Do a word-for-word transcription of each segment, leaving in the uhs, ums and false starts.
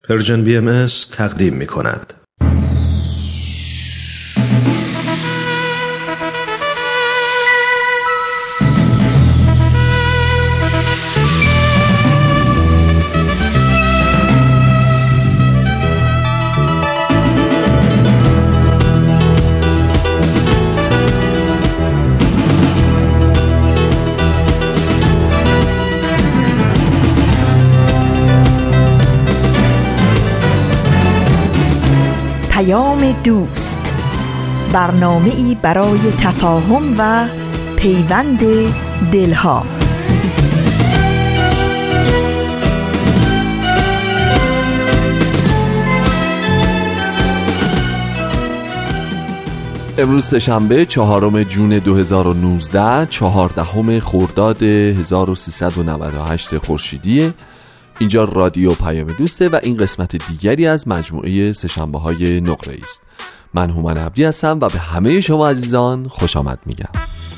پرژن بی ام اس تقدیم می کند. دوست، برنامه‌ای برای تفاهم و پیوند دلها. امروز سه‌شنبه چهارم جون دو هزار و نوزده، چهاردهم خرداد هزار و سیصد و نود و هشت خورشیدی. اینجا رادیو پیام دوسته و این قسمت دیگری از مجموعه سه‌شنبه های نقره‌ای است. من هومن عبدی هستم و به همه شما عزیزان خوش آمد میگم.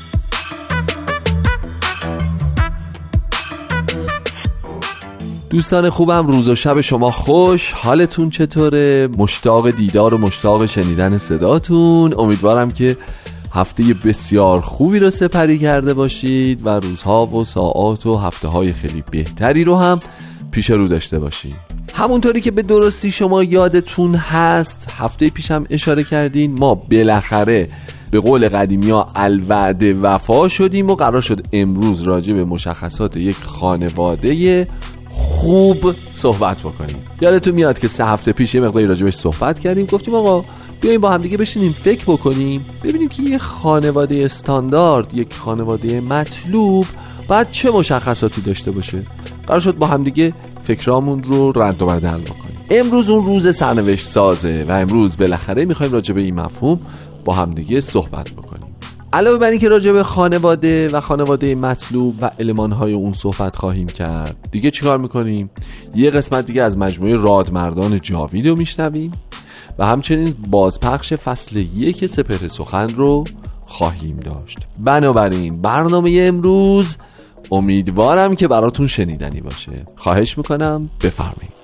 دوستان خوبم، روز و شب شما خوش. حالتون چطوره؟ مشتاق دیدار و مشتاق شنیدن صداتون. امیدوارم که هفته بسیار خوبی رو سپری کرده باشید و روزها و ساعات و هفته های خیلی بهتری رو هم پیش رو داشته باشید. همونطوری که به درستی شما یادتون هست هفته پیش هم اشاره کردین، ما بالاخره به قول قدیمی ها الوعد وفا شدیم و قرار شد امروز راجع به مشخصات یک خانواده خوب صحبت بکنیم. یادتون میاد که سه هفته پیش یه مقداری راجع بهش صحبت کردیم، گفتیم آقا بیاییم با هم دیگه بشینیم فکر بکنیم ببینیم که یه خانواده استاندارد، یک خانواده مطلوب باید چه مشخصاتی داشته باشه. قرار شد با هم دیگه فکرامون رو رد و بدل بکنیم. امروز اون روز سرنوشت سازه و امروز بالاخره میخوایم راجع به این مفهوم با هم دیگه صحبت بکنیم. علاوه بر این که راجع به خانواده و خانواده مطلوب و المانهای اون صحبت خواهیم کرد، دیگه چیکار میکنیم؟ یه قسمت دیگه از مجموعه رادمردان جاوید رو میشنویم و همچنین بازپخش فصل یک سپهر سخن رو خواهیم داشت. بنابراین برنامه امروز امیدوارم که براتون شنیدنی باشه. خواهش میکنم بفرمایید.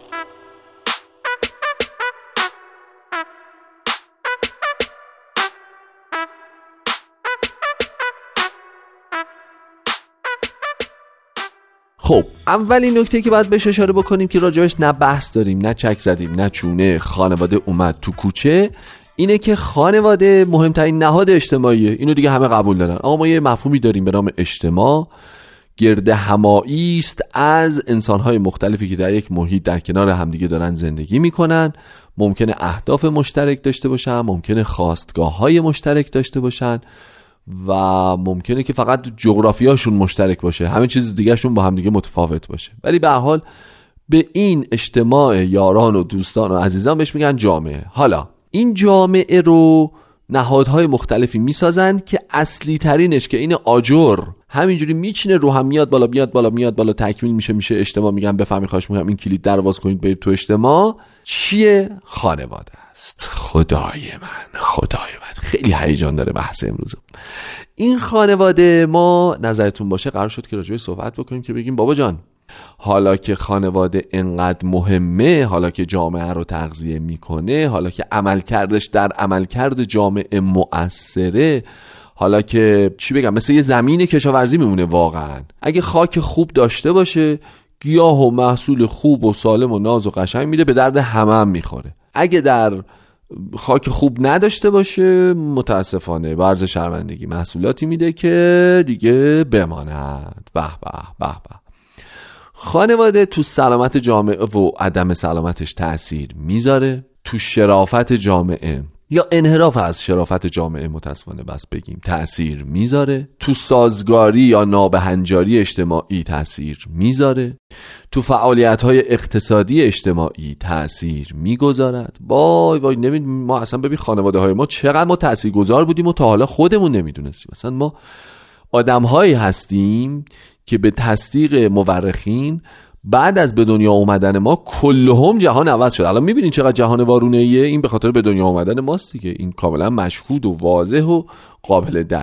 خب اولین نکته که باید بهش اشاره بکنیم که راجبش نه بحث داریم نه چک زدیم نه چونه خانواده اومد تو کوچه، اینه که خانواده مهمترین نهاد اجتماعیه. اینو دیگه همه قبول دارن. آقا ما یه مفهومی داریم به نام اجتماع، گرد همایی است از انسان‌های مختلفی که در یک محیط در کنار همدیگه دارن زندگی میکنن. ممکنه اهداف مشترک داشته باشن، ممکنه خواستگاه‌های مشترک داشته باشن و ممکنه که فقط جغرافیاشون مشترک باشه، همه چیز دیگه شون با همدیگه متفاوت باشه، ولی به هر حال به این اجتماع یاران و دوستان و عزیزان بهش میگن جامعه. حالا این جامعه رو نهادهای مختلفی میسازن که اصلی ترینش که این آجر همینجوری میچینه رو هم میاد بالا میاد بالا میاد بالا تکمیل میشه میشه اجتماع. میگن بفهمی خواهش میگم این کلید در باز کنید برید تو اجتماع. چیه؟ خانواده است. خدای من خدای من خیلی هیجان داره بحث امروز. این خانواده ما نظرتون باشه قرار شد که راجعش صحبت بکنیم که بگیم بابا جان حالا که خانواده انقدر مهمه، حالا که جامعه رو تغذیه میکنه، حالا که عملکردش در عملکرد جامعه مؤثره، حالا که چی بگم مثل یه زمین کشاورزی میمونه واقعا. اگه خاک خوب داشته باشه گیاه و محصول خوب و سالم و ناز و قشنگ میده، به درد همه هم میخوره. اگه در خاک خوب نداشته باشه متاسفانه برز شرمندگی محصولاتی میده که دیگه بماند. به به به به. خانواده تو سلامت جامعه و عدم سلامتش تأثیر میذاره، تو شرافت جامعه یا انحراف از شرافت جامعه متاسفانه بس بگیم تأثیر میذاره، تو سازگاری یا نابهنجاری اجتماعی تأثیر میذاره، تو فعالیت‌های اقتصادی اجتماعی تأثیر میگذارد. وای وای نمی ما اصلا ببین خانواده‌های ما چقدر ما تأثیرگذار بودیم و تا حالا خودمون نمیدونستیم. مثلا ما آدم‌هایی هستیم که به تصدیق مورخین بعد از به دنیا اومدن ما کلهم جهان عوض شد. الان میبینین چقدر جهان وارونه‌ایه. این به خاطر به دنیا اومدن ماست دیگه. این کاملا مشهود و واضح و قابل درک بود.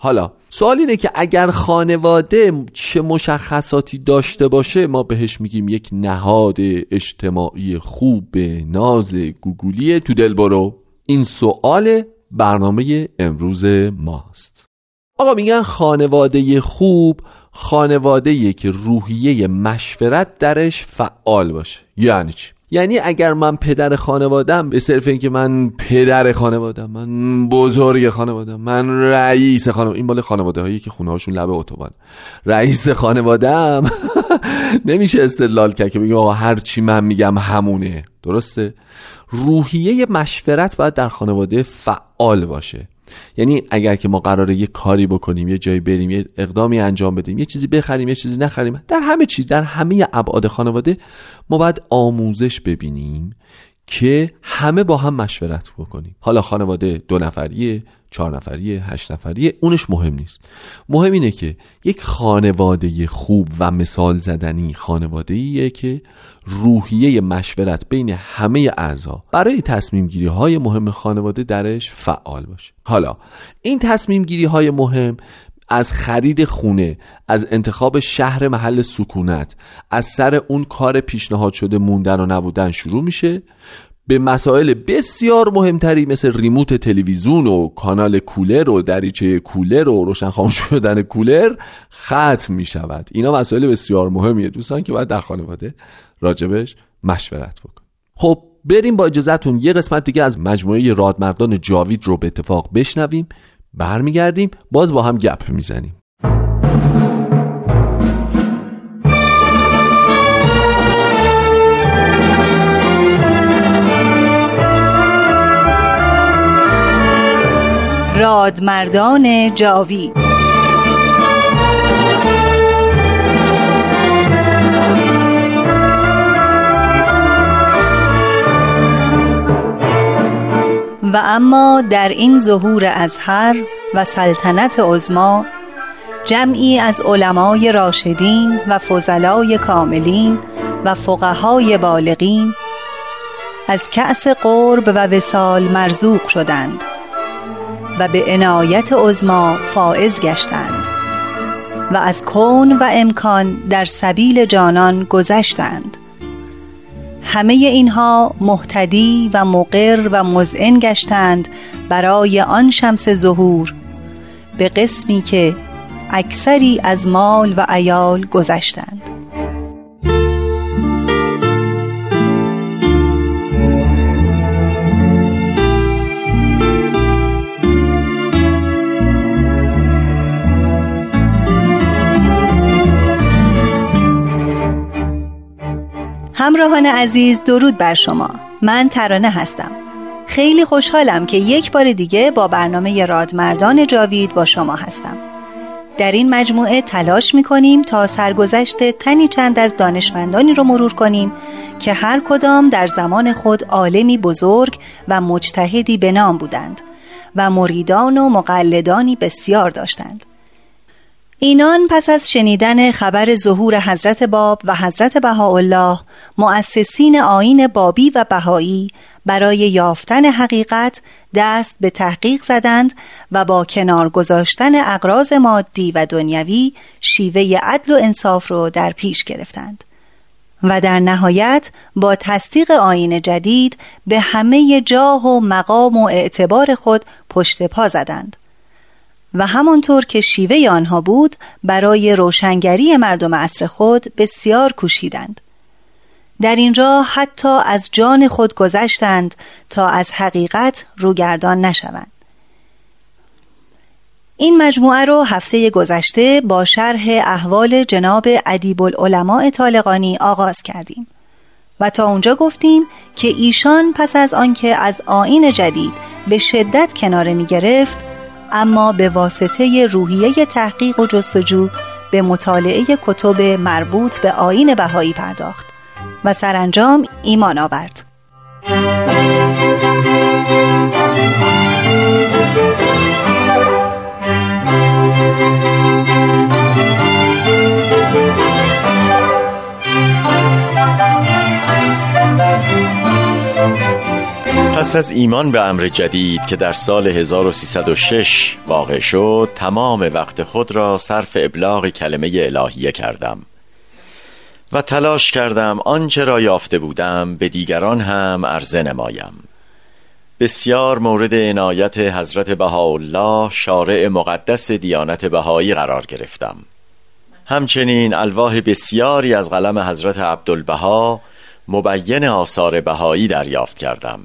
حالا سوال اینه که اگر خانواده چه مشخصاتی داشته باشه ما بهش میگیم یک نهاد اجتماعی خوب ناز گوگولی تو دل برو. این سوال برنامه امروز ماست. آقا میگن خانواده خوب خانواده‌ایه که روحیه مشورت درش فعال باشه. یعنی چی؟ یعنی اگر من پدر خانوادم، به صرف این که من پدر خانوادم، من بزرگ خانوادم، من رئیس خانواده، این مال خانواده هایی که خونه هاشون لب اتوبان، رئیس خانوادم نمیشه استدلال کرد که بگیم آقا هر چی من میگم همونه. درسته؟ روحیه مشورت باید در خانواده فعال باشه. یعنی اگر که ما قراره یه کاری بکنیم، یه جایی بریم، یه اقدامی انجام بدیم، یه چیزی بخریم، یه چیزی نخریم، در همه چیز، در همه ابعاد خانواده ما باید آموزش ببینیم که همه با هم مشورت بکنیم. حالا خانواده دو نفریه، چهار نفریه، هشت نفریه، اونش مهم نیست. مهم اینه که یک خانواده خوب و مثال زدنی خانواده‌ایه که روحیه مشورت بین همه اعضا برای تصمیم گیری های مهم خانواده درش فعال باشه. حالا این تصمیم گیری های مهم از خرید خونه، از انتخاب شهر محل سکونت، از سر اون کار پیشنهاد شده موندن و نبودن شروع میشه، به مسائل بسیار مهمتری مثل ریموت تلویزیون و کانال کولر و دریچه کولر و روشن خاموش شدن کولر ختم می شود. اینا مسائل بسیار مهمیه دوستان که باید در خانواده راجبش مشورت بکن. خب بریم با اجازهتون یه قسمت دیگه از مجموعه رادمردان جاوید رو به اتفاق بشنویم، برمیگردیم باز با هم گپ میزنیم. رادمردان جاوید. و اما در این ظهور ازهر و سلطنت عظما جمعی از علمای راشدین و فضلای کاملین و فقهای بالغین از کأس قرب و وصال مرزوق شدند و به عنایت عظما فائز گشتند و از کون و امکان در سبیل جانان گذشتند. همه اینها مهتدی و مقر و مذعن گشتند برای آن شمس ظهور به قسمی که اکثری از مال و عیال گذشتند. همراهان عزیز، درود بر شما. من ترانه هستم. خیلی خوشحالم که یک بار دیگه با برنامه رادمردان جاوید با شما هستم. در این مجموعه تلاش می‌کنیم تا سرگذشت تنی چند از دانشمندانی رو مرور کنیم که هر کدام در زمان خود عالمی بزرگ و مجتهدی به نام بودند و مریدان و مقلدانی بسیار داشتند. اینان پس از شنیدن خبر ظهور حضرت باب و حضرت بهاءالله مؤسسین آیین بابی و بهایی برای یافتن حقیقت دست به تحقیق زدند و با کنار گذاشتن اغراض مادی و دنیوی شیوه عدل و انصاف را در پیش گرفتند و در نهایت با تصدیق آیین جدید به همه جاه و مقام و اعتبار خود پشت پا زدند و همانطور که شیوه آنها بود برای روشنگری مردم عصر خود بسیار کوشیدند. در این راه حتی از جان خود گذشتند تا از حقیقت روگردان نشوند. این مجموعه رو هفته گذشته با شرح احوال جناب ادیب العلماء طالقانی آغاز کردیم و تا اونجا گفتیم که ایشان پس از آنکه از آیین جدید به شدت کناره می گرفت، اما به واسطه روحیه تحقیق و جستجو به مطالعه کتب مربوط به آیین بهایی پرداخت و سرانجام ایمان آورد. پس از ایمان به امر جدید که در سال هزار و سیصد و شش واقع شد، تمام وقت خود را صرف ابلاغ کلمه الهیه کردم و تلاش کردم آنچه را یافته بودم به دیگران هم عرضه نمایم. بسیار مورد عنایت حضرت بهاءالله شارع مقدس دیانت بهایی قرار گرفتم. همچنین الواح بسیاری از قلم حضرت عبدالبها مبین آثار بهایی دریافت کردم.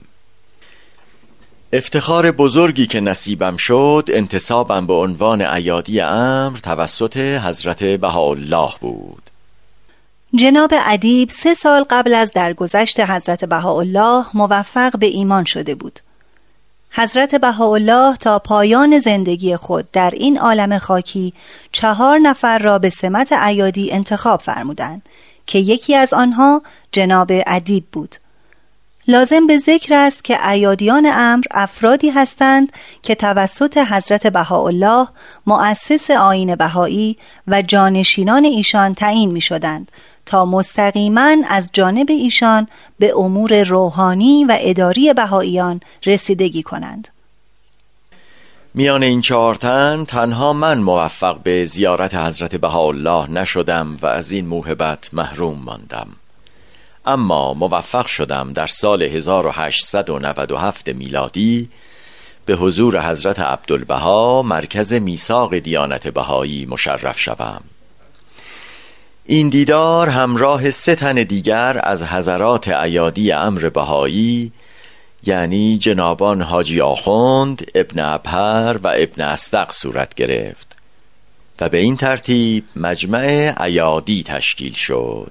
افتخار بزرگی که نصیبم شد انتسابم به عنوان ایادی امر توسط حضرت بهاءالله بود. جناب ادیب سه سال قبل از درگذشت حضرت بهاءالله موفق به ایمان شده بود. حضرت بهاءالله تا پایان زندگی خود در این عالم خاکی چهار نفر را به سمت ایادی انتخاب فرمودند که یکی از آنها جناب ادیب بود. لازم به ذکر است که ایادیان امر افرادی هستند که توسط حضرت بهاءالله مؤسس آیین بهایی و جانشینان ایشان تعیین می شدند تا مستقیما از جانب ایشان به امور روحانی و اداری بهاییان رسیدگی کنند. میان این چهار تن تنها من موفق به زیارت حضرت بهاءالله نشدم و از این موهبت محروم ماندم. اما موفق شدم در سال هزار و هشتصد و نود و هفت میلادی به حضور حضرت عبدالبها مرکز میثاق دیانت بهایی مشرف شوم. این دیدار همراه سه تن دیگر از حضرات ایادی امر بهایی، یعنی جنابان حاجی آخوند، ابن ابهر و ابن اصدق صورت گرفت و به این ترتیب مجمع ایادی تشکیل شد.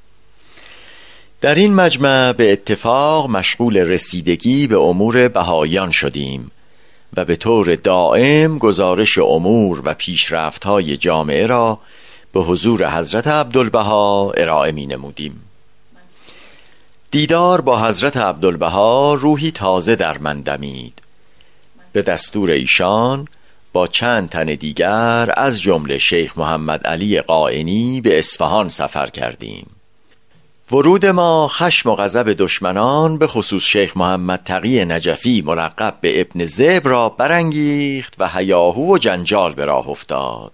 در این مجمع به اتفاق مشغول رسیدگی به امور بهاییان شدیم و به طور دائم گزارش امور و پیشرفت‌های جامعه را به حضور حضرت عبدالبها ارائه می نمودیم. دیدار با حضرت عبدالبها روحی تازه در من دمید. به دستور ایشان با چند تن دیگر از جمله شیخ محمد علی قائنی به اصفهان سفر کردیم. ورود ما خشم و غضب دشمنان به خصوص شیخ محمد تقی نجفی ملقب به ابن ذئب را برانگیخت و هیاهو و جنجال به راه افتاد.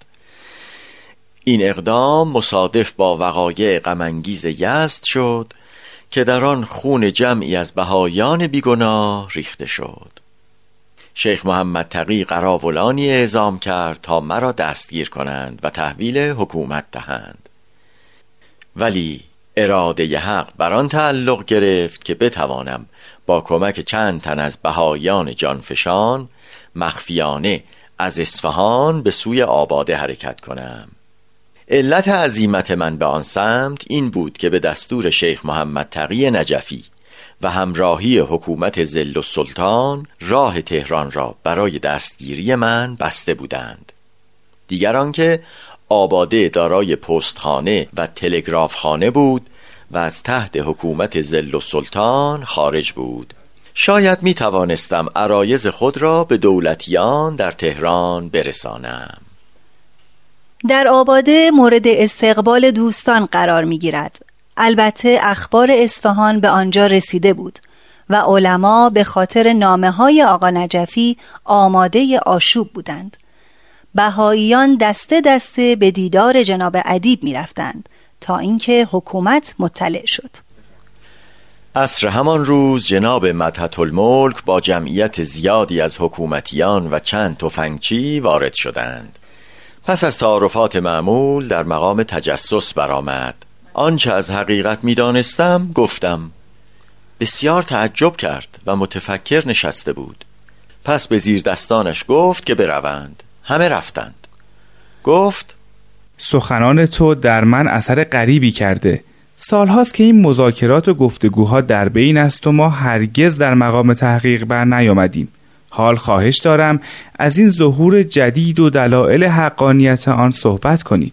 این اقدام مصادف با وقایع غم‌انگیز یزد شد که در آن خون جمعی از بهایان بیگناه ریخته شد. شیخ محمد تقی قراولانی اعزام کرد تا مرا دستگیر کنند و تحویل حکومت دهند، ولی اراده حق بر آن تعلق گرفت که بتوانم با کمک چند تن از بهایان جانفشان مخفیانه از اصفهان به سوی آباده حرکت کنم. علت عزیمت من به آن سمت این بود که به دستور شیخ محمد تقی نجفی و همراهی حکومت ظل السلطان راه تهران را برای دستگیری من بسته بودند. دیگر آنکه آباده دارای پستخانه و تلگرافخانه بود و از تحت حکومت ظل السلطان خارج بود. شاید می توانستم عرایض خود را به دولتیان در تهران برسانم. در آباده مورد استقبال دوستان قرار می گیرد. البته اخبار اصفهان به آنجا رسیده بود و علما به خاطر نامه های آقا نجفی آماده آشوب بودند. بهاییان دسته دسته به دیدار جناب ادیب می رفتند تا اینکه حکومت مطلع شد. عصر همان روز جناب مدحت الملک با جمعیت زیادی از حکومتیان و چند تفنگچی وارد شدند. پس از تعارفات معمول در مقام تجسس برآمد. آنچه از حقیقت می دانستم گفتم. بسیار تعجب کرد و متفکر نشسته بود. پس به زیر دستانش گفت که بروند. همه رفتند. گفت سخنان تو در من اثر غریبی کرده. سالهاست که این مذاکرات و گفتگوها در بین است و ما هرگز در مقام تحقیق بر نیامدیم. حال خواهش دارم از این ظهور جدید و دلایل حقانیت آن صحبت کنید.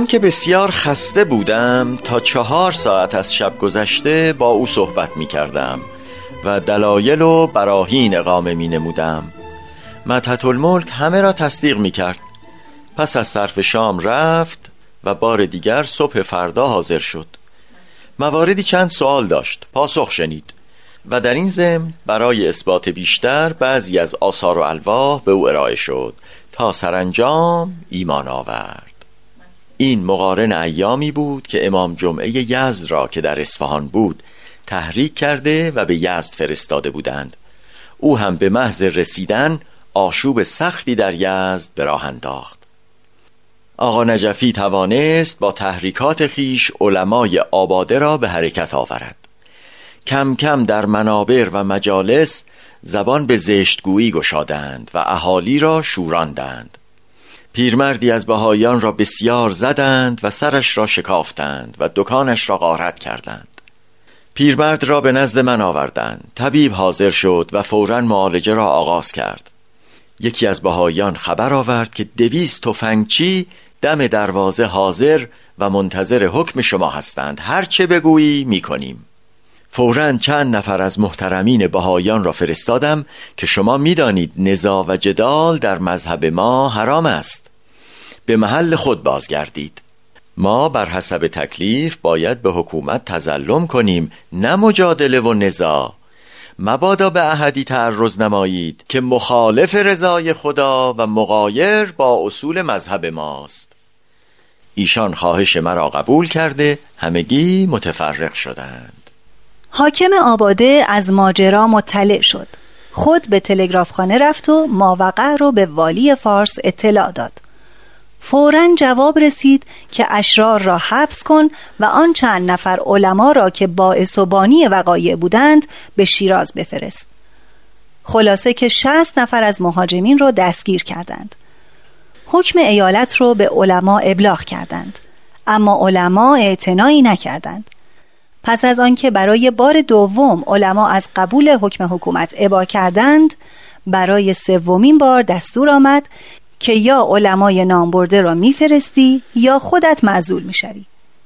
که بسیار خسته بودم تا چهار ساعت از شب گذشته با او صحبت می کردم و دلایل و براهین اقامه می نمودم. مدحت الملک همه را تصدیق می کرد. پس از صرف شام رفت و بار دیگر صبح فردا حاضر شد. مواردی چند سوال داشت، پاسخ شنید و در این ضمن برای اثبات بیشتر بعضی از آثار و الواح به او ارائه شد تا سرانجام ایمان آورد. این مقارن ایامی بود که امام جمعه یزد را که در اصفهان بود تحریک کرده و به یزد فرستاده بودند. او هم به محض رسیدن آشوب سختی در یزد به راه انداخت. آقا نجفی توانست با تحریکات خیش علمای آباده را به حرکت آورد. کم کم در منابر و مجالس زبان به زشتگویی گشادند و اهالی را شوراندند. پیرمردی از بهاییان را بسیار زدند و سرش را شکافتند و دکانش را غارت کردند. پیرمرد را به نزد من آوردند. طبیب حاضر شد و فوراً معالجه را آغاز کرد. یکی از بهاییان خبر آورد که دویست تفنگچی دم دروازه حاضر و منتظر حکم شما هستند، هر چه بگویی میکنیم. فوراً چند نفر از محترمین بهاییان را فرستادم که شما میدانید نزاع و جدال در مذهب ما حرام است. به محل خود بازگردید. ما بر حسب تکلیف باید به حکومت تظلم کنیم، نه مجادله و نزاع. مبادا به احدی تعرض نمایید که مخالف رضای خدا و مغایر با اصول مذهب ماست. ایشان خواهش مرا قبول کرده همگی متفرق شدند. حاکم آباده از ماجرا مطلع شد. خود به تلگرافخانه رفت و ماوقع رو به والی فارس اطلاع داد. فوراً جواب رسید که اشرار را حبس کن و آن چند نفر علما را که باعث و بانی وقایع بودند به شیراز بفرست. خلاصه که شصت نفر از مهاجمین را دستگیر کردند. حکم ایالت رو به علما ابلاغ کردند، اما علما اعتنایی نکردند. پس از آنکه برای بار دوم علما از قبول حکم حکومت ابا کردند، برای سومین بار دستور آمد که یا علمای نامبرده را میفرستی یا خودت معزول میشوی.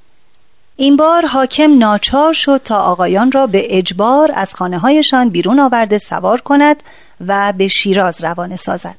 این بار حاکم ناچار شد تا آقایان را به اجبار از خانه هایشان بیرون آورده سوار کند و به شیراز روانه سازد.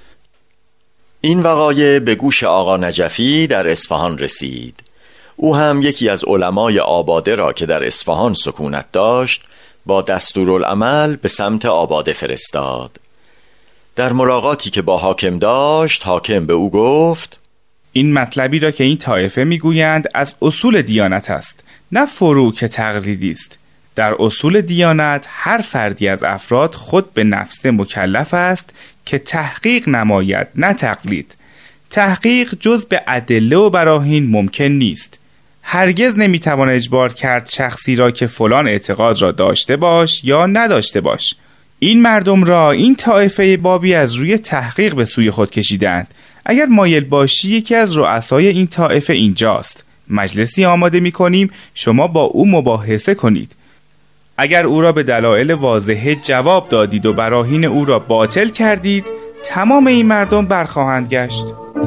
این وقایع به گوش آقا نجفی در اصفهان رسید. او هم یکی از علمای آباده را که در اصفهان سکونت داشت با دستورالعمل به سمت آباده فرستاد. در ملاقاتی که با حاکم داشت، حاکم به او گفت: این مطلبی را که این طایفه میگویند از اصول دیانت است، نه فروع که تقلیدی است. در اصول دیانت هر فردی از افراد خود به نفس مکلف است که تحقیق نماید، نه تقلید. تحقیق جز به ادله و براهین ممکن نیست. هرگز نمیتوان اجبار کرد شخصی را که فلان اعتقاد را داشته باش یا نداشته باش. این مردم را این طایفه بابی از روی تحقیق به سوی خود کشیدند. اگر مایل باشی یکی از رؤسای این طایفه اینجاست. مجلسی آماده می‌کنیم، شما با او مباحثه کنید. اگر او را به دلایل واضحه جواب دادید و براهین او را باطل کردید، تمام این مردم برخواهند گشت.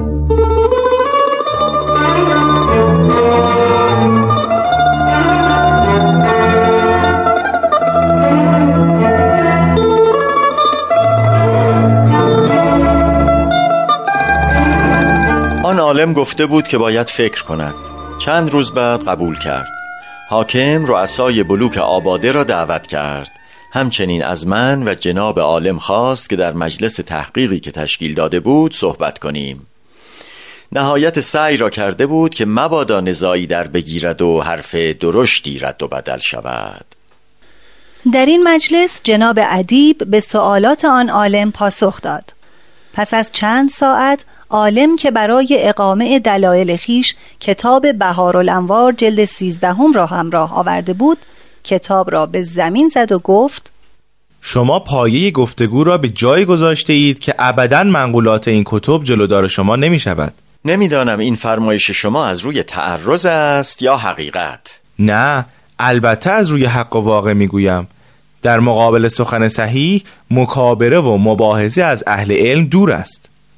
آن عالم گفته بود که باید فکر کند. چند روز بعد قبول کرد. حاکم رؤسای بلوک آباده را دعوت کرد. همچنین از من و جناب عالم خواست که در مجلس تحقیقی که تشکیل داده بود صحبت کنیم. نهایت سعی را کرده بود که مبادا نزاعی در بگیرد و حرف درشتی رد و بدل شود. در این مجلس جناب ادیب به سوالات آن عالم پاسخ داد. پس از چند ساعت عالم که برای اقامه دلایل خیش کتاب بهارالانوار جلد سیزدهم را همراه آورده بود، کتاب را به زمین زد و گفت: شما پایه گفتگو را به جای گذاشته اید که ابداً منقولات این کتب جلودار شما نمی شود. نمیدانم این فرمایش شما از روی تعرض است یا حقیقت. نه، البته از روی حق و واقع می گویم. در مقابل سخن صحیح، مکابره و مباحثه از اهل علم دور است.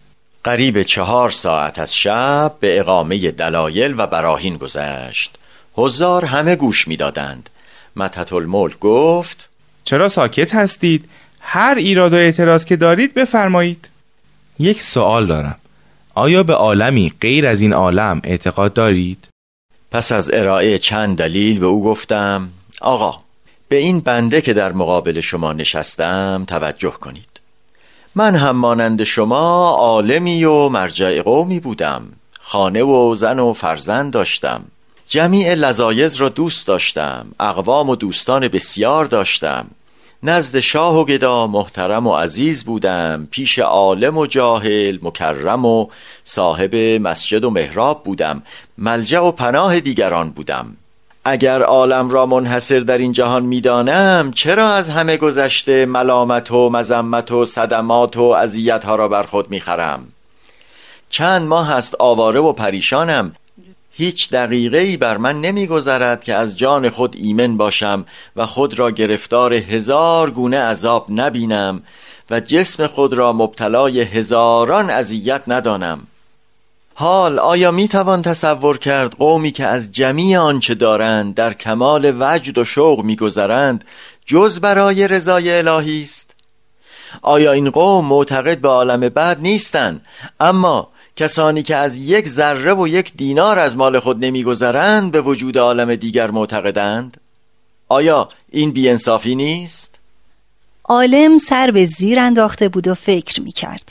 قریب چهار ساعت از شب به اقامه دلایل و براهین گذشت. حضار همه گوش می دادند. مدحت الملک گفت: چرا ساکت هستید؟ هر ایراد و اعتراض که دارید بفرمایید. یک سوال دارم. آیا به عالمی غیر از این عالم اعتقاد دارید؟ پس از ارائه چند دلیل به او گفتم: آقا، به این بنده که در مقابل شما نشستم توجه کنید. من هم مانند شما عالمی و مرجع قومی بودم. خانه و زن و فرزند داشتم. جمیع لذایذ را دوست داشتم. اقوام و دوستان بسیار داشتم. نزد شاه و گدا محترم و عزیز بودم. پیش عالم و جاهل مکرم و صاحب مسجد و محراب بودم. ملجأ و پناه دیگران بودم. اگر عالم را منحصر در این جهان میدانم، چرا از همه گذشته ملامت و مذمت و صدمات و اذیت ها را بر خود میخرم؟ چند ماه است آواره و پریشانم. هیچ دقیقه‌ای بر من نمیگذرد که از جان خود ایمن باشم و خود را گرفتار هزار گونه عذاب نبینم و جسم خود را مبتلای هزاران اذیت ندانم. حال آیا میتوان تصور کرد قومی که از جمیع آنچه دارند در کمال وجد و شوق میگذرند جز برای رضای الهی است؟ آیا این قوم معتقد به عالم بعد نیستند، اما کسانی که از یک ذره و یک دینار از مال خود نمیگذرند به وجود عالم دیگر معتقدند؟ آیا این بی‌انصافی نیست؟ عالم سر به زیر انداخته بود و فکر میکرد.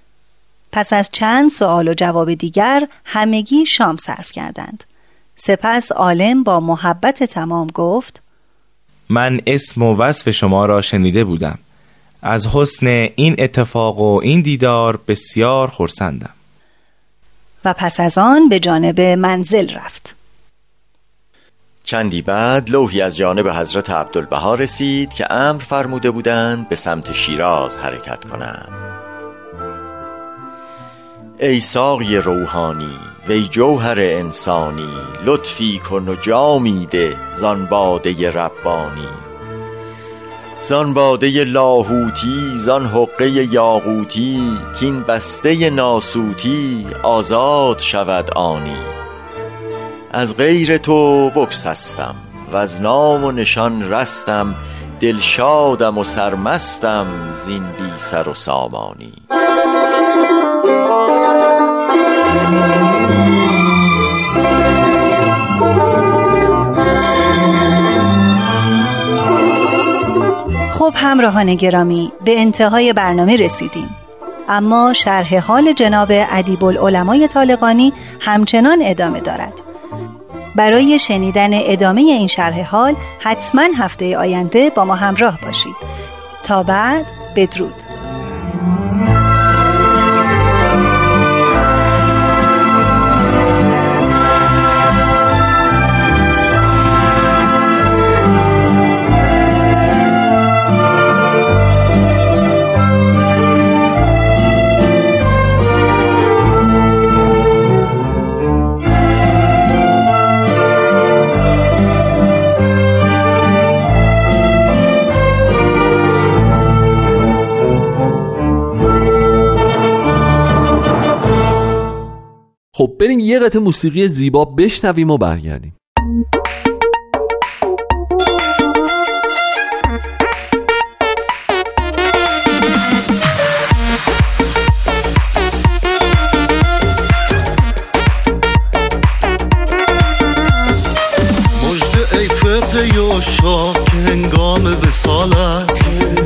پس از چند سوال و جواب دیگر همگی شام صرف کردند. سپس عالم با محبت تمام گفت: من اسم و وصف شما را شنیده بودم. از حسن این اتفاق و این دیدار بسیار خرسندم. و پس از آن به جانب منزل رفت. چندی بعد لوحی از جانب حضرت عبدالبها رسید که امر فرموده بودند به سمت شیراز حرکت کنند. ای ساقی روحانی وی جوهر انسانی، لطفی کن و جامی ده زان باده ربانی. زان باده لاهوتی زان حقه یاقوتی، کین بسته ناسوتی آزاد شود آنی. از غیر تو بگسستم و از نام و نشان رستم، دلشادم و سرمستم زین بی سر و سامانی. خب همراهان گرامی، به انتهای برنامه رسیدیم، اما شرح حال جناب ادیب العلمای طالقانی همچنان ادامه دارد. برای شنیدن ادامه این شرح حال حتما هفته آینده با ما همراه باشید. تا بعد، بدرود. خب بریم یه قطعه موسیقی زیبا بشنویم و برگردیم. مژده ای فرقه یاشا که هنگام وصال است،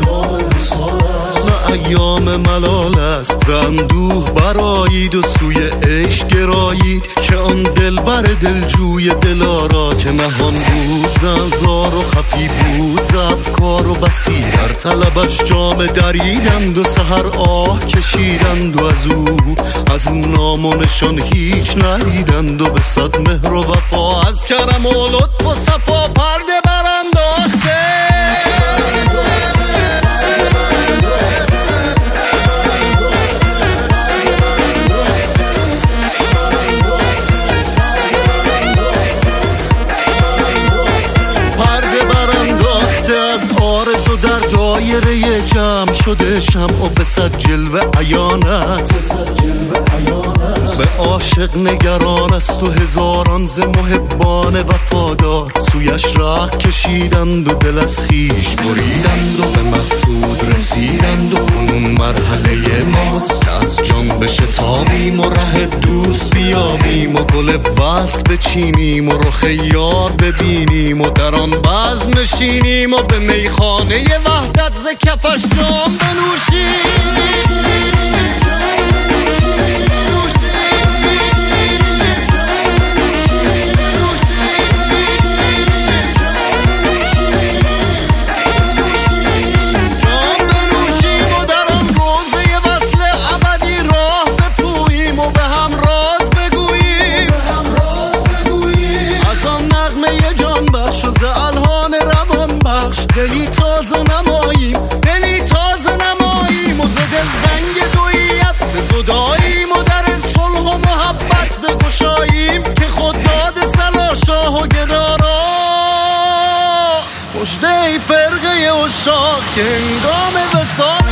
نه ایام ملال است. زندوه برایید و سوی عشق گرایید، که آن دلبر دلجوی دلارا که نهان بود، زنزار و خفی بود، ز افکار و بصیر در طلبش جام دریدند و سحر آه کشیدند و از او از او نام و نشان هیچ ندیدند و به صد مهر و وفا از کرم و لطف و صفا پرده برانداخته. دایره جمع شده شمع و به صد جلوه عیانت، به عاشق نگران است و هزاران ز محبان وفادار سویش راه کشیدند و دل از خیش بریدند و به مقصود رسیدند و کنون مرحله ماست که از جان بشتابیم و ره دوست بیابیم و گل وصل بچینیم و رخ یار ببینیم و در آن بزم نشینیم و به میخانه وحدت ز کفش جام بنوشیم. دلی تازه نماییم دلی تازه نماییم و زده زنگ دویت به زداییم و در صلح و محبت بگشاییم که خود داد سلا شاه و گدارا مژده ای فرقه عشاق که هنگام وصال.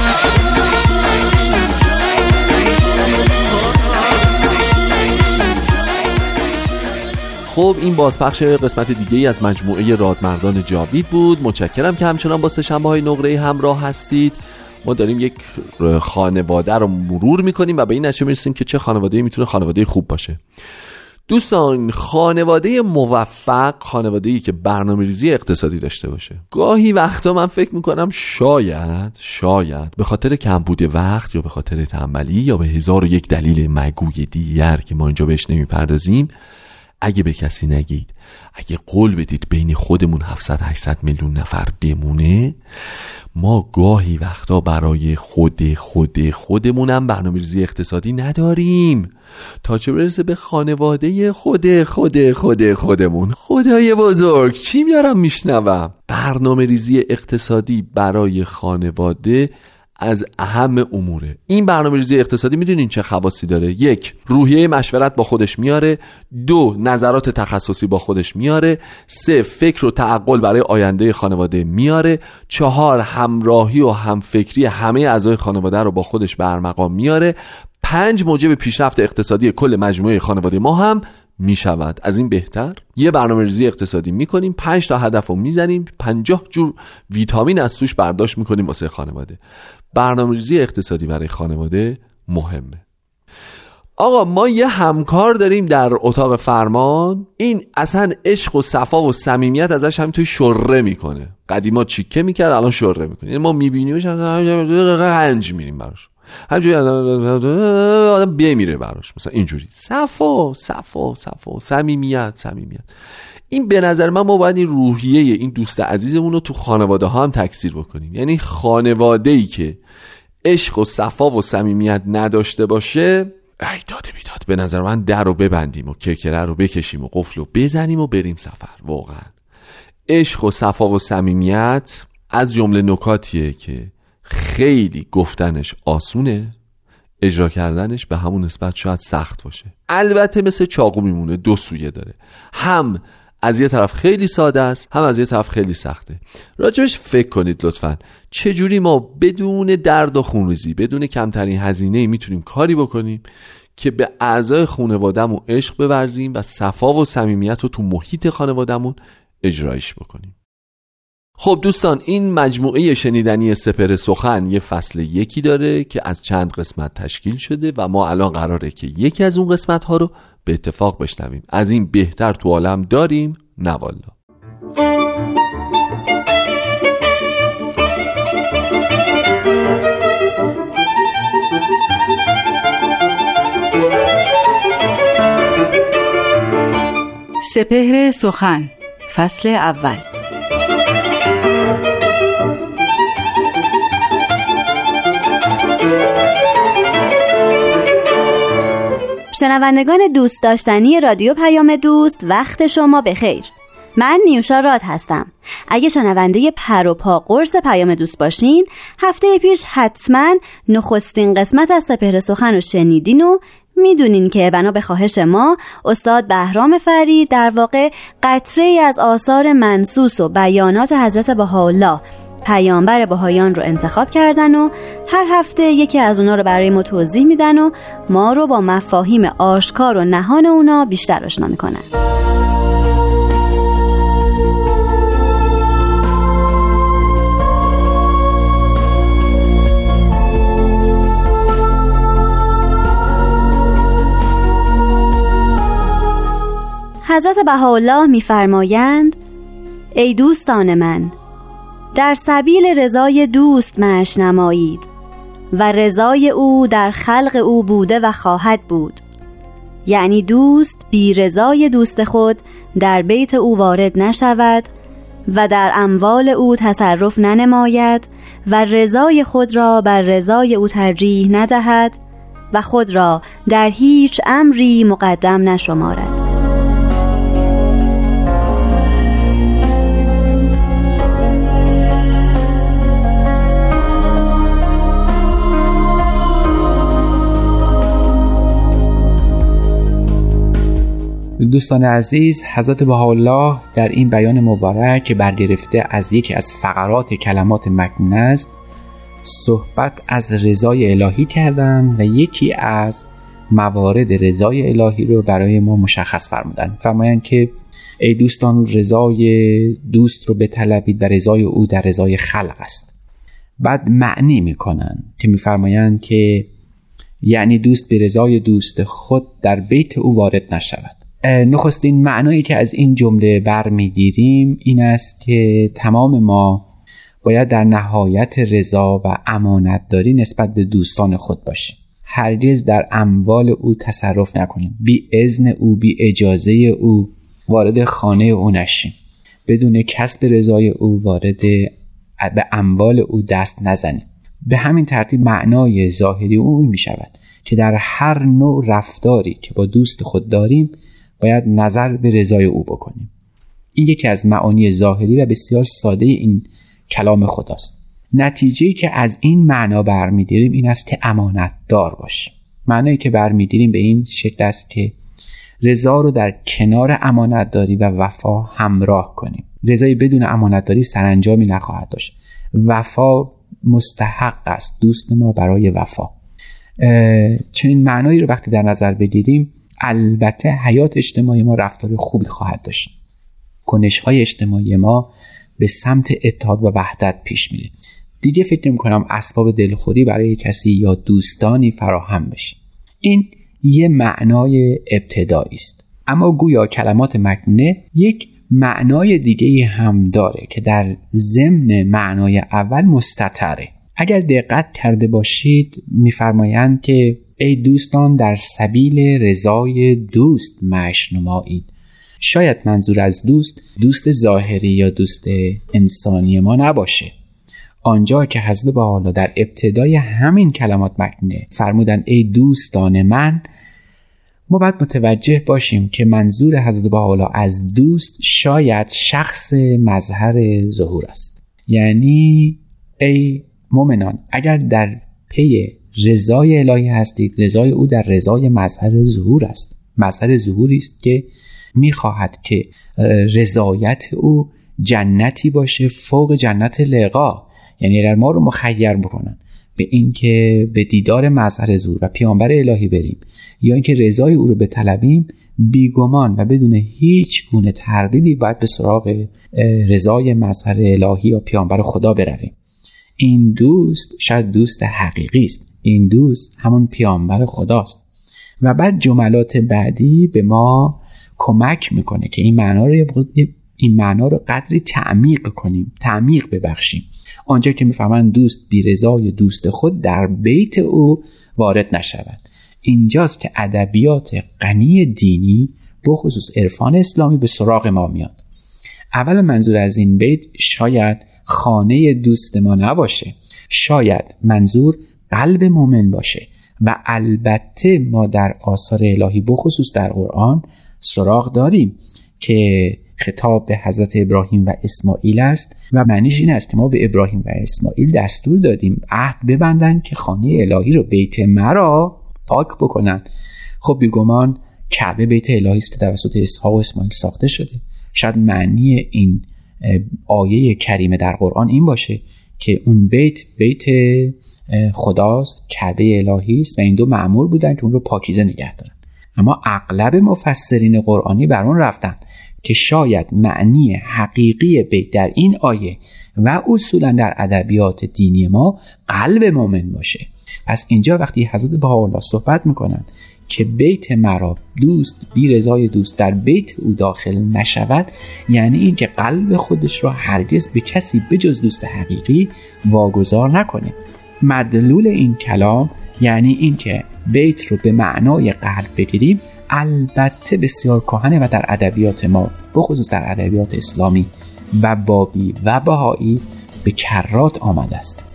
خب این بازپخش قسمت دیگه ای از مجموعه رادمردان جاوید بود. متشکرم که همچنان با سه‌شنبه‌های نقره همراه هستید. ما داریم یک خانواده رو مرور میکنیم و به این نتیجه میرسیم که چه خانواده‌ای میتونه خانواده خوب باشه. دوستان، خانواده موفق خانواده‌ای که برنامه‌ریزی اقتصادی داشته باشه. گاهی وقتا من فکر میکنم شاید شاید به خاطر کمبود وقت یا به خاطر تنبلی یا به هزار و یک دلیل مگوی دیگر که ما اینجا بهش نمیپردازیم، اگه به کسی نگید، اگه قول بدید بین خودمون هفتصد هشتصد میلیون نفر بمونه، ما گاهی وقتا برای خود خود خودمونم برنامه‌ریزی اقتصادی نداریم، تا چه برسه به خانواده خود خود خود خودمون. خدای بزرگ، چی میارم میشنوم؟ برنامه‌ریزی اقتصادی برای خانواده از اهم اموره. این برنامه‌ریزی اقتصادی میدونین چه خواصی داره؟ یک، روحیه مشورت با خودش میاره. دو، نظرات تخصصی با خودش میاره. سه، فکر و تعقل برای آینده خانواده میاره. چهار، همراهی و همفکری همه اعضای خانواده رو با خودش به ارمغان میاره. پنج، موجب پیشرفت اقتصادی کل مجموعه خانواده ما هم میشود. از این بهتر یه برنامه‌ریزی اقتصادی میکنیم، پنج تا هدف رو میزنیم، پنجاه جور ویتامین از توش برداشت میکنیم واسه خانواده. برنامه‌ریزی اقتصادی برای خانواده مهمه. آقا ما یه همکار داریم در اتاق فرمان، این اصلا عشق و صفا و صمیمیت ازش همینطوری شره میکنه. قدیما چیکه میکرد، الان شره میکنه. یعنی ما میبینیمش رنج میریم براش، همینجوری آدم بمیره براش، مثلا اینجوری صفا صفا صفا صمیمیت صمیمیت. این به نظر من ما باید این روحیه این دوست عزیزمون رو تو خانواده ها هم تکثیر بکنیم. یعنی خانواده‌ای که عشق و صفا و صمیمیت نداشته باشه، ای داده بیداد، به نظر من در رو ببندیم و کرکره رو بکشیم و قفل رو بزنیم و بریم سفر. واقعا عشق و صفا و صمیمیت از جمله نکاتیه که خیلی گفتنش آسونه، اجرا کردنش به همون نسبت شاید سخت باشه. البته مثل چاقو میمونه، دو سویه داره، هم از یه طرف خیلی ساده است، هم از یه طرف خیلی سخته. راجبش فکر کنید لطفاً، چجوری ما بدون درد و خونریزی، بدون کمترین هزینه میتونیم کاری بکنیم که به اعضای خانواده‌مون عشق بورزیم و صفا و صمیمیت رو تو محیط خانواده‌مون اجرایش بکنیم. خب دوستان، این مجموعه شنیدنی سپهر سخن یه فصل یکی داره که از چند قسمت تشکیل شده و ما الان قراره که یکی از اون قسمت ها رو به اتفاق بشنویم. از این بهتر تو عالم داریم؟ نه والا. سپهر سخن فصل اول. شنوندگان دوست داشتنی رادیو پیام دوست، وقت شما بخیر. من نیوشا راد هستم. اگه شنونده پر و پا قرص پیام دوست باشین، هفته پیش حتما نخستین قسمت از سپهر سخن رو شنیدین و میدونین که بنا به خواهش ما استاد بهرام فرید در واقع قطره‌ای از آثار منصوص و بیانات حضرت بهاءالله پیامبر بهایان رو انتخاب کردن و هر هفته یکی از اونا رو برای ما توضیح میدن و ما رو با مفاهیم آشکار و نهان اونا بیشتر آشنا میکنن. حضرت بهاءالله می‌فرمایند: ای دوستان من، در سبیل رضای دوست معاش نمایید و رضای او در خلق او بوده و خواهد بود. یعنی دوست بی رضای دوست خود در بیت او وارد نشود و در اموال او تصرف ننماید و رضای خود را بر رضای او ترجیح ندهد و خود را در هیچ امری مقدم نشمارد. دوستان عزیز، حضرت بهاءالله در این بیان مبارک که برگرفته از یکی از فقرات کلمات مکنونه است، صحبت از رضای الهی کردند و یکی از موارد رضای الهی رو برای ما مشخص فرمودند. فرمایند که ای دوستان، رضای دوست رو بطلبید و رضای او در رضای خلق است. بعد معنی میکنن که میفرمایند که یعنی دوست به رضای دوست خود در بیت او وارد نشود. نخستین معنایی که از این جمله برمیگیریم این است که تمام ما باید در نهایت رضا و امانتداری نسبت به دوستان خود باشیم. هرگز در اموال او تصرف نکنیم، بی اذن او، بی اجازه او وارد خانه او نشیم، بدون کسب رضای او وارد به اموال او دست نزنیم. به همین ترتیب معنای ظاهری او می شود که در هر نوع رفتاری که با دوست خود داریم باید نظر به رضای او بکنیم. این یکی از معانی ظاهری و بسیار ساده این کلام خداست. نتیجه‌ای که از این معنا برمی‌گیریم این است که امانت دار باشیم. معنایی که برمی‌گیریم به این شکل است که رضا رو در کنار امانت داری و وفا همراه کنیم. رضای بدون امانت داری سرانجامی نخواهد داشت. وفا مستحق است دوست ما برای وفا. چنین معنایی رو وقتی در نظر بگیریم، البته حیات اجتماعی ما رفتار خوبی خواهد داشت. کنش‌های اجتماعی ما به سمت اتحاد و وحدت پیش میره. دیگه فکر نمی‌کنم اسباب دلخوری برای کسی یا دوستانی فراهم بشه. این یه معنای ابتدایی است. اما گویا کلمات مکنونه یک معنای دیگه هم داره که در ضمن معنای اول مستتره. اگر دقت کرده باشید می‌فرمایند که ای دوستان، در سبیل رضای دوست معاش نمایید. شاید منظور از دوست دوست ظاهری یا دوست انسانی ما نباشه. آنجا که حضرت بهاءالله در ابتدای همین کلمات مکنونه فرمودن ای دوستان من، ما باید متوجه باشیم که منظور حضرت بهاءالله از دوست شاید شخص مظهر ظهور است. یعنی ای مؤمنان، اگر در پی رضای الهی هستید، رضای او در رضای مظهر ظهور است. مظهر ظهوری است که میخواهد که رضایت او جنتی باشه فوق جنت لقا، یعنی اگر ما رو مخیر بکنن به این که به دیدار مظهر ظهور و پیامبر الهی بریم یا اینکه رضای او رو بطلبیم، بیگمان و بدون هیچ گونه تردیدی باید به سراغ رضای مظهر الهی یا پیامبر خدا برویم. این دوست شاید دوست حقیقی است. این دوست همون پیامبر خداست. و بعد جملات بعدی به ما کمک میکنه که این معنا رو این معنا رو قدری تعمیق کنیم، تعمیق ببخشیم. آنجا که میفهمن دوست بی رضای دوست خود در بیت او وارد نشود. اینجاست که ادبیات غنی دینی به خصوص عرفان اسلامی به سراغ ما میاد. اول منظور از این بیت شاید خانه دوست ما نباشه، شاید منظور قلب مؤمن باشه. و البته ما در آثار الهی بخصوص در قرآن سراغ داریم که خطاب به حضرت ابراهیم و اسماعیل است و معنیش این است که ما به ابراهیم و اسماعیل دستور دادیم عهد ببندن که خانه الهی رو، بیت مرا پاک بکنن. خب بیگمان کعبه بیت الهی است که توسط اسحاق و اسماعیل ساخته شده. شاید معنی این آیه کریمه در قرآن این باشه که اون بیت بیت خداست، کعبه الهی است و این دو مأمور بودن که اون رو پاکیزه نگه دارن. اما اغلب مفسرین قرآنی بر اون رفتن که شاید معنی حقیقی بیت در این آیه و اصولا در ادبیات دینی ما قلب مؤمن باشه. پس اینجا وقتی حضرت بهاءالله صحبت میکنن که بیت مرا دوست بی رضای دوست در بیت او داخل نشود، یعنی این که قلب خودش را هرگز به کسی بجز دوست حقیقی واگذار نکنه. مدلول این کلام یعنی این که بیت رو به معنای قلب بگیریم البته بسیار کهنه و در ادبیات ما بخصوص در ادبیات اسلامی و بابی و بهایی به کرات آمده است.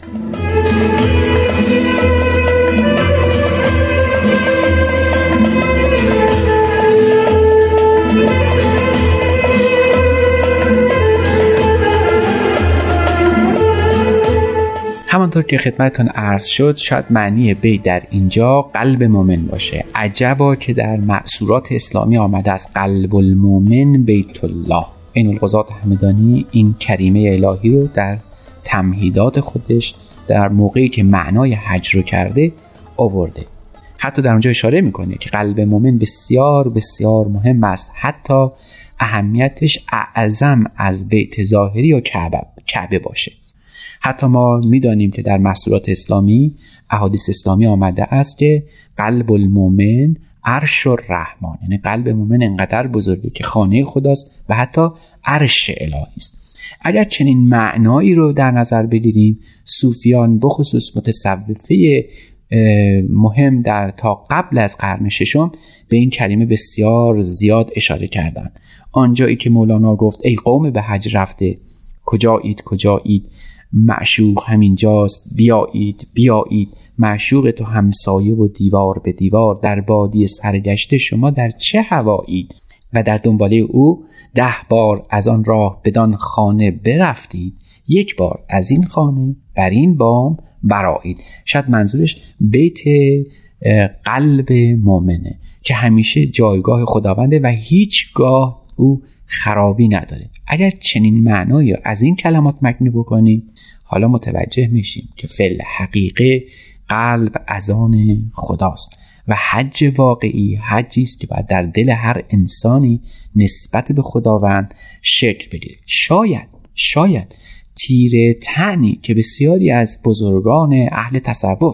همانطور که خدمتتون عرض شد، شاید معنی بیت در اینجا قلب مومن باشه. عجبا که در مأثورات اسلامی آمده است قلب المومن بیت الله. عین القضات همدانی این کریمه الهی رو در تمهیدات خودش در موقعی که معنای حج رو کرده آورده. حتی در اونجا اشاره میکنه که قلب مومن بسیار بسیار مهم است، حتی اهمیتش اعظم از بیت ظاهری یا کعبه کعبه باشه. حتی ما میدانیم که در مأثورات اسلامی احادیث اسلامی آمده است که قلب المؤمن عرش الرحمن، یعنی قلب مؤمن انقدر بزرگه که خانه خداست و حتی عرش الهی است. اگر چنین معنایی رو در نظر بگیریم، صوفیان بخصوص متصوفه مهم در تا قبل از قرن ششم به این کلمه بسیار زیاد اشاره کردند. آنجایی که مولانا گفت ای قوم به حج رفته کجایید کجایید، معشوق همین جاست بیایید بیایید، معشوق تو همسایه و دیوار به دیوار، در بادی سرگشته شما در چه هوایید، و در دنباله او ده بار از آن راه بدان خانه برفتید، یک بار از این خانه بر این بام برآیید. شاید منظورش بیت قلب مؤمنه که همیشه جایگاه خداونده و هیچگاه او خرابی نداره. اگر چنین معنایی از این کلمات مکنی بکنیم، حالا متوجه میشیم که فعل حقیقه قلب از آن خداست و حج واقعی حجی است که باید در دل هر انسانی نسبت به خداوند شکل بگیره. شاید شاید تیر طعنی که بسیاری از بزرگان اهل تصوف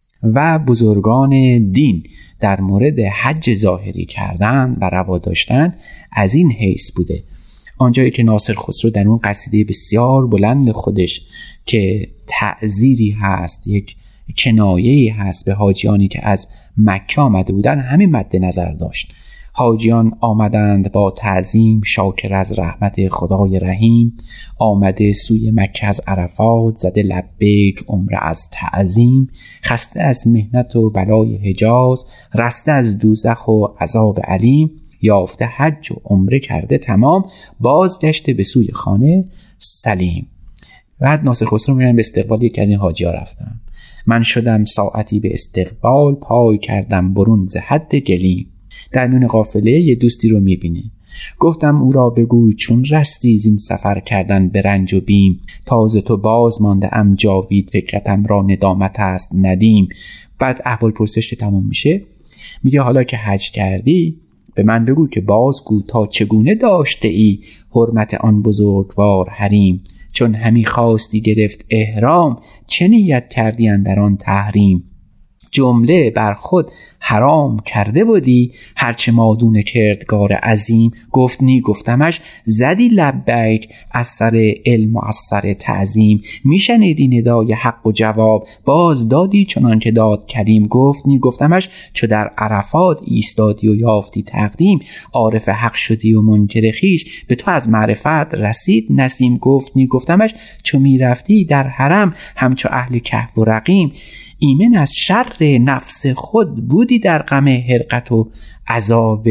و بزرگان دین در مورد حج ظاهری کردن و روا داشتن از این حیث بوده. آنجایی که ناصر خسرو در اون قصیده بسیار بلند خودش که تعزیری هست، یک کنایه‌ای هست به حاجیانی که از مکه آمده بودن، همین مد نظر داشت. حاجیان آمدند با تعظیم، شاکر از رحمت خدای رحیم، آمده سوی مکه از عرفات، زده لبیک عمره از تعظیم، خسته از محنت و بلای حجاز، رسته از دوزخ و عذاب علیم، یافته حج و عمره کرده تمام، بازگشته به سوی خانه سلیم. بعد ناصر خسرو میگن به استقبال یکی از این حاجی ها رفتم، من شدم ساعتی به استقبال، پای کردم برون ز حد گلیم. در میون قافله یه دوستی رو میبینه، گفتم او را بگو چون رستی زین سفر کردن به رنج و بیم، تازه تو باز مانده ام جاوید، فکرتم را ندامت است ندیم. بعد احوال پرسش که تموم میشه میگه حالا که حج کردی به من بگو که بازگو تا چگونه داشته ای حرمت آن بزرگوار حریم، چون همی خواستی گرفت احرام، چه نیت کردی اندر آن تحریم، جمله بر خود حرام کرده بودی هرچه مادون کردگار عظیم. گفت نی گفتمش زدی لبیک از سر علم و از سر تعظیم، میشنیدی ندای حق و جواب باز دادی چنان که داد کریم. گفت نی گفتمش چو در عرفات ایستادی و یافتی تقدیم، عارف حق شدی و منکر خویش به تو از معرفت رسید نسیم. گفت نی گفتمش چو میرفتی در حرم همچو اهل کهف و رقیم، ایمن از شر نفس خود بودی در غم حرقت و عذاب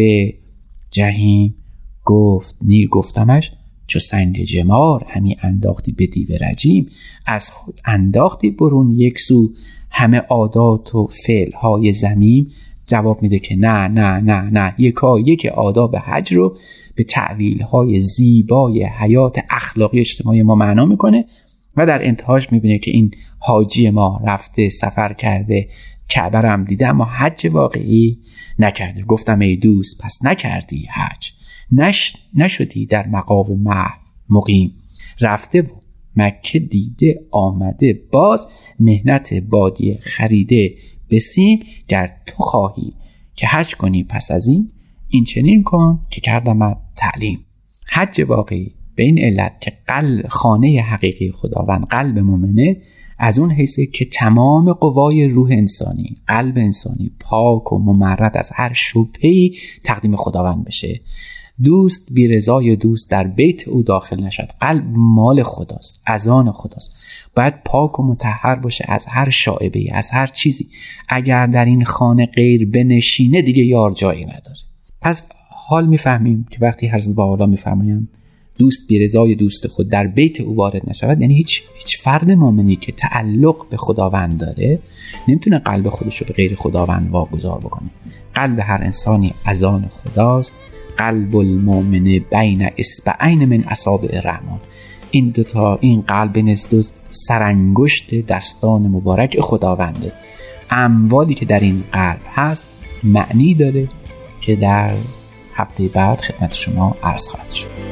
جهیم. گفت نی گفتمش چو سنگ جمار همی انداختی به دیو رجیم، از خود انداختی برون یک سو همه عادات و فعلهای ذمیم. جواب میده که نه نه نه نه یکا یک آداب حج رو به تعویلهای زیبای حیات اخلاقی اجتماعی ما معنا میکنه و در انتهاش میبینه که این حاجی ما رفته سفر کرده، کعبه رو هم دیده اما حج واقعی نکرده. گفتم ای دوست پس نکردی حج، نش نشدی در مقام مقیم، رفته و مکه دیده آمده، باز مهنت بادیه خریده بسیم. گر تو خواهی که حج کنی پس از این، این چنین کن که کردم تعلیم. حج واقعی به این علت که قلب خانه حقیقی خداوند قلب مؤمنه، از اون حیثه که تمام قوای روح انسانی، قلب انسانی پاک و ممرد از هر شبهه‌ای تقدیم خداوند بشه. دوست بی رضای دوست در بیت او داخل نشد. قلب مال خداست، از آن خداست، باید پاک و مطهر باشه از هر شائبه‌ای، از هر چیزی. اگر در این خانه غیر بنشینه دیگه یار جایی نداره. پس حال میفهمیم که وقتی حضرت بهاءالله میفرمایند دوست بی رضای دوست خود در بیت او وارد نشود، یعنی هیچ هیچ فرد مؤمنی که تعلق به خداوند داره نمیتونه قلب خودش رو به غیر خداوند واگذار بکنه. قلب هر انسانی از آن خداست. قلب المؤمن بین اصبعین من اصابع الرحمن. این دوتا، این قلب نزد دو سرانگشت دستان مبارک خداونده. اموالی که در این قلب هست معنی داره که در هفته بعد خدمت شما عرض خواهد شد.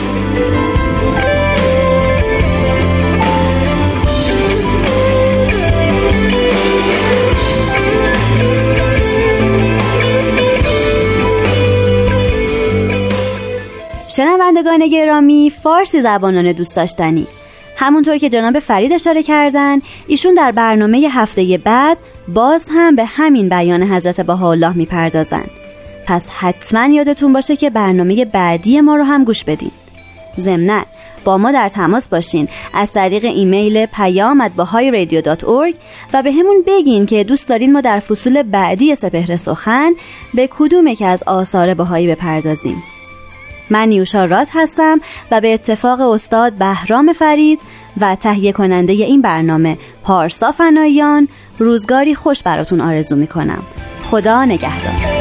شنوندگان گرامی، فارسی زبانان دوست داشتنی، همونطور که جناب فرید اشاره کردن، ایشون در برنامه هفته بعد باز هم به همین بیان حضرت بهاءالله میپردازن. پس حتما یادتون باشه که برنامه بعدی ما رو هم گوش بدین. ضمناً با ما در تماس باشین از طریق ایمیل پیام ات بهای رادیو دات اورگ و به همون بگین که دوست دارین ما در فصول بعدی سپهر سخن به کدوم که از آثار بهایی بپردازیم. من نیوشا راد هستم و به اتفاق استاد بهرام فرید و تهیه کننده این برنامه پارسا فناییان روزگاری خوش براتون آرزو میکنم. خدا نگهدار.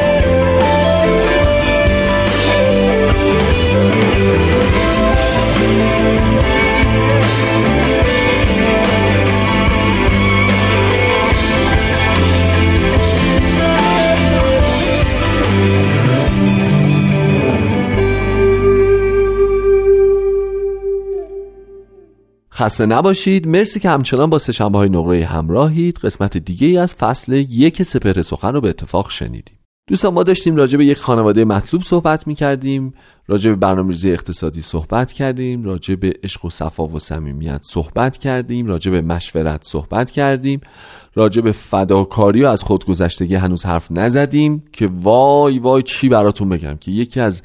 خسته نباشید. مرسی که همچنان با سه‌شنبه های نقره همراهید. قسمت دیگه ای از فصل یک سپهر سخن رو به اتفاق شنیدیم. دوستان، ما داشتیم راجع به یک خانواده مطلوب صحبت می‌کردیم، راجع به برنامه‌ریزی اقتصادی صحبت کردیم، راجع به عشق و صفا و صمیمیت صحبت کردیم، راجع به مشورت صحبت کردیم، راجع به فداکاری و از خودگذشتگی هنوز حرف نزدیم که وای وای چی براتون بگم که یکی از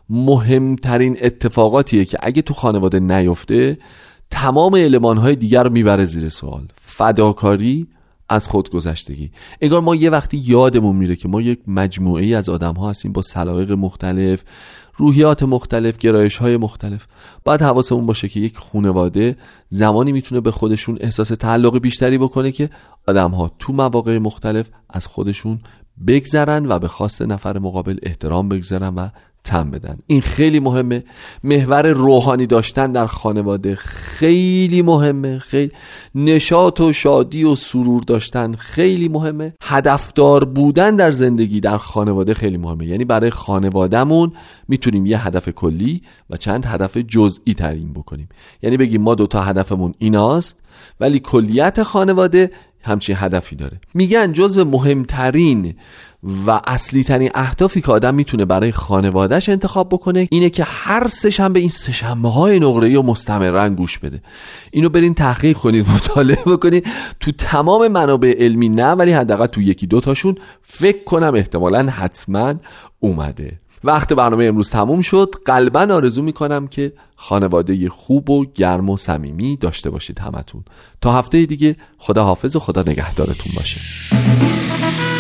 مهمترین اتفاقاتیه که اگه تو خانواده نیفته تمام المان‌های دیگر رو میبره زیر سوال. فداکاری از خودگذشتگی. انگار ما یه وقتی یادمون میره که ما یک مجموعه‌ای از آدم‌ها هستیم با سلایق مختلف، روحیات مختلف، گرایش‌های مختلف. باید حواسمون باشه که یک خانواده زمانی میتونه به خودشون احساس تعلق بیشتری بکنه که آدم‌ها تو مواقع مختلف از خودشون بگذرن و به خواست نفر مقابل احترام بگذارن و تن بدن. این خیلی مهمه. محور روحانی داشتن در خانواده خیلی مهمه. خیلی نشاط و شادی و سرور داشتن خیلی مهمه. هدفدار بودن در زندگی در خانواده خیلی مهمه. یعنی برای خانوادهمون میتونیم یه هدف کلی و چند هدف جزئی تعیین بکنیم. یعنی بگیم ما دوتا هدفمون ایناست ولی کلیت خانواده همچین هدفی داره. میگن جزو مهمترین و اصلی ترین اهدافی که آدم میتونه برای خانوادهش انتخاب بکنه اینه که هر سه شنبه این سه شنبه های نقره‌ای رو مستمرا گوش بده. اینو برین تحقیق کنید، مطالعه بکنید. تو تمام منابع علمی نه، ولی حداقل تو یکی دو تاشون فکر کنم احتمالاً حتما اومده. وقت برنامه امروز تموم شد. قلباً آرزو میکنم که خانواده خوب و گرم و صمیمی داشته باشید همتون. تا هفته دیگه، خدا حافظ و خدا نگهدارتون باشه.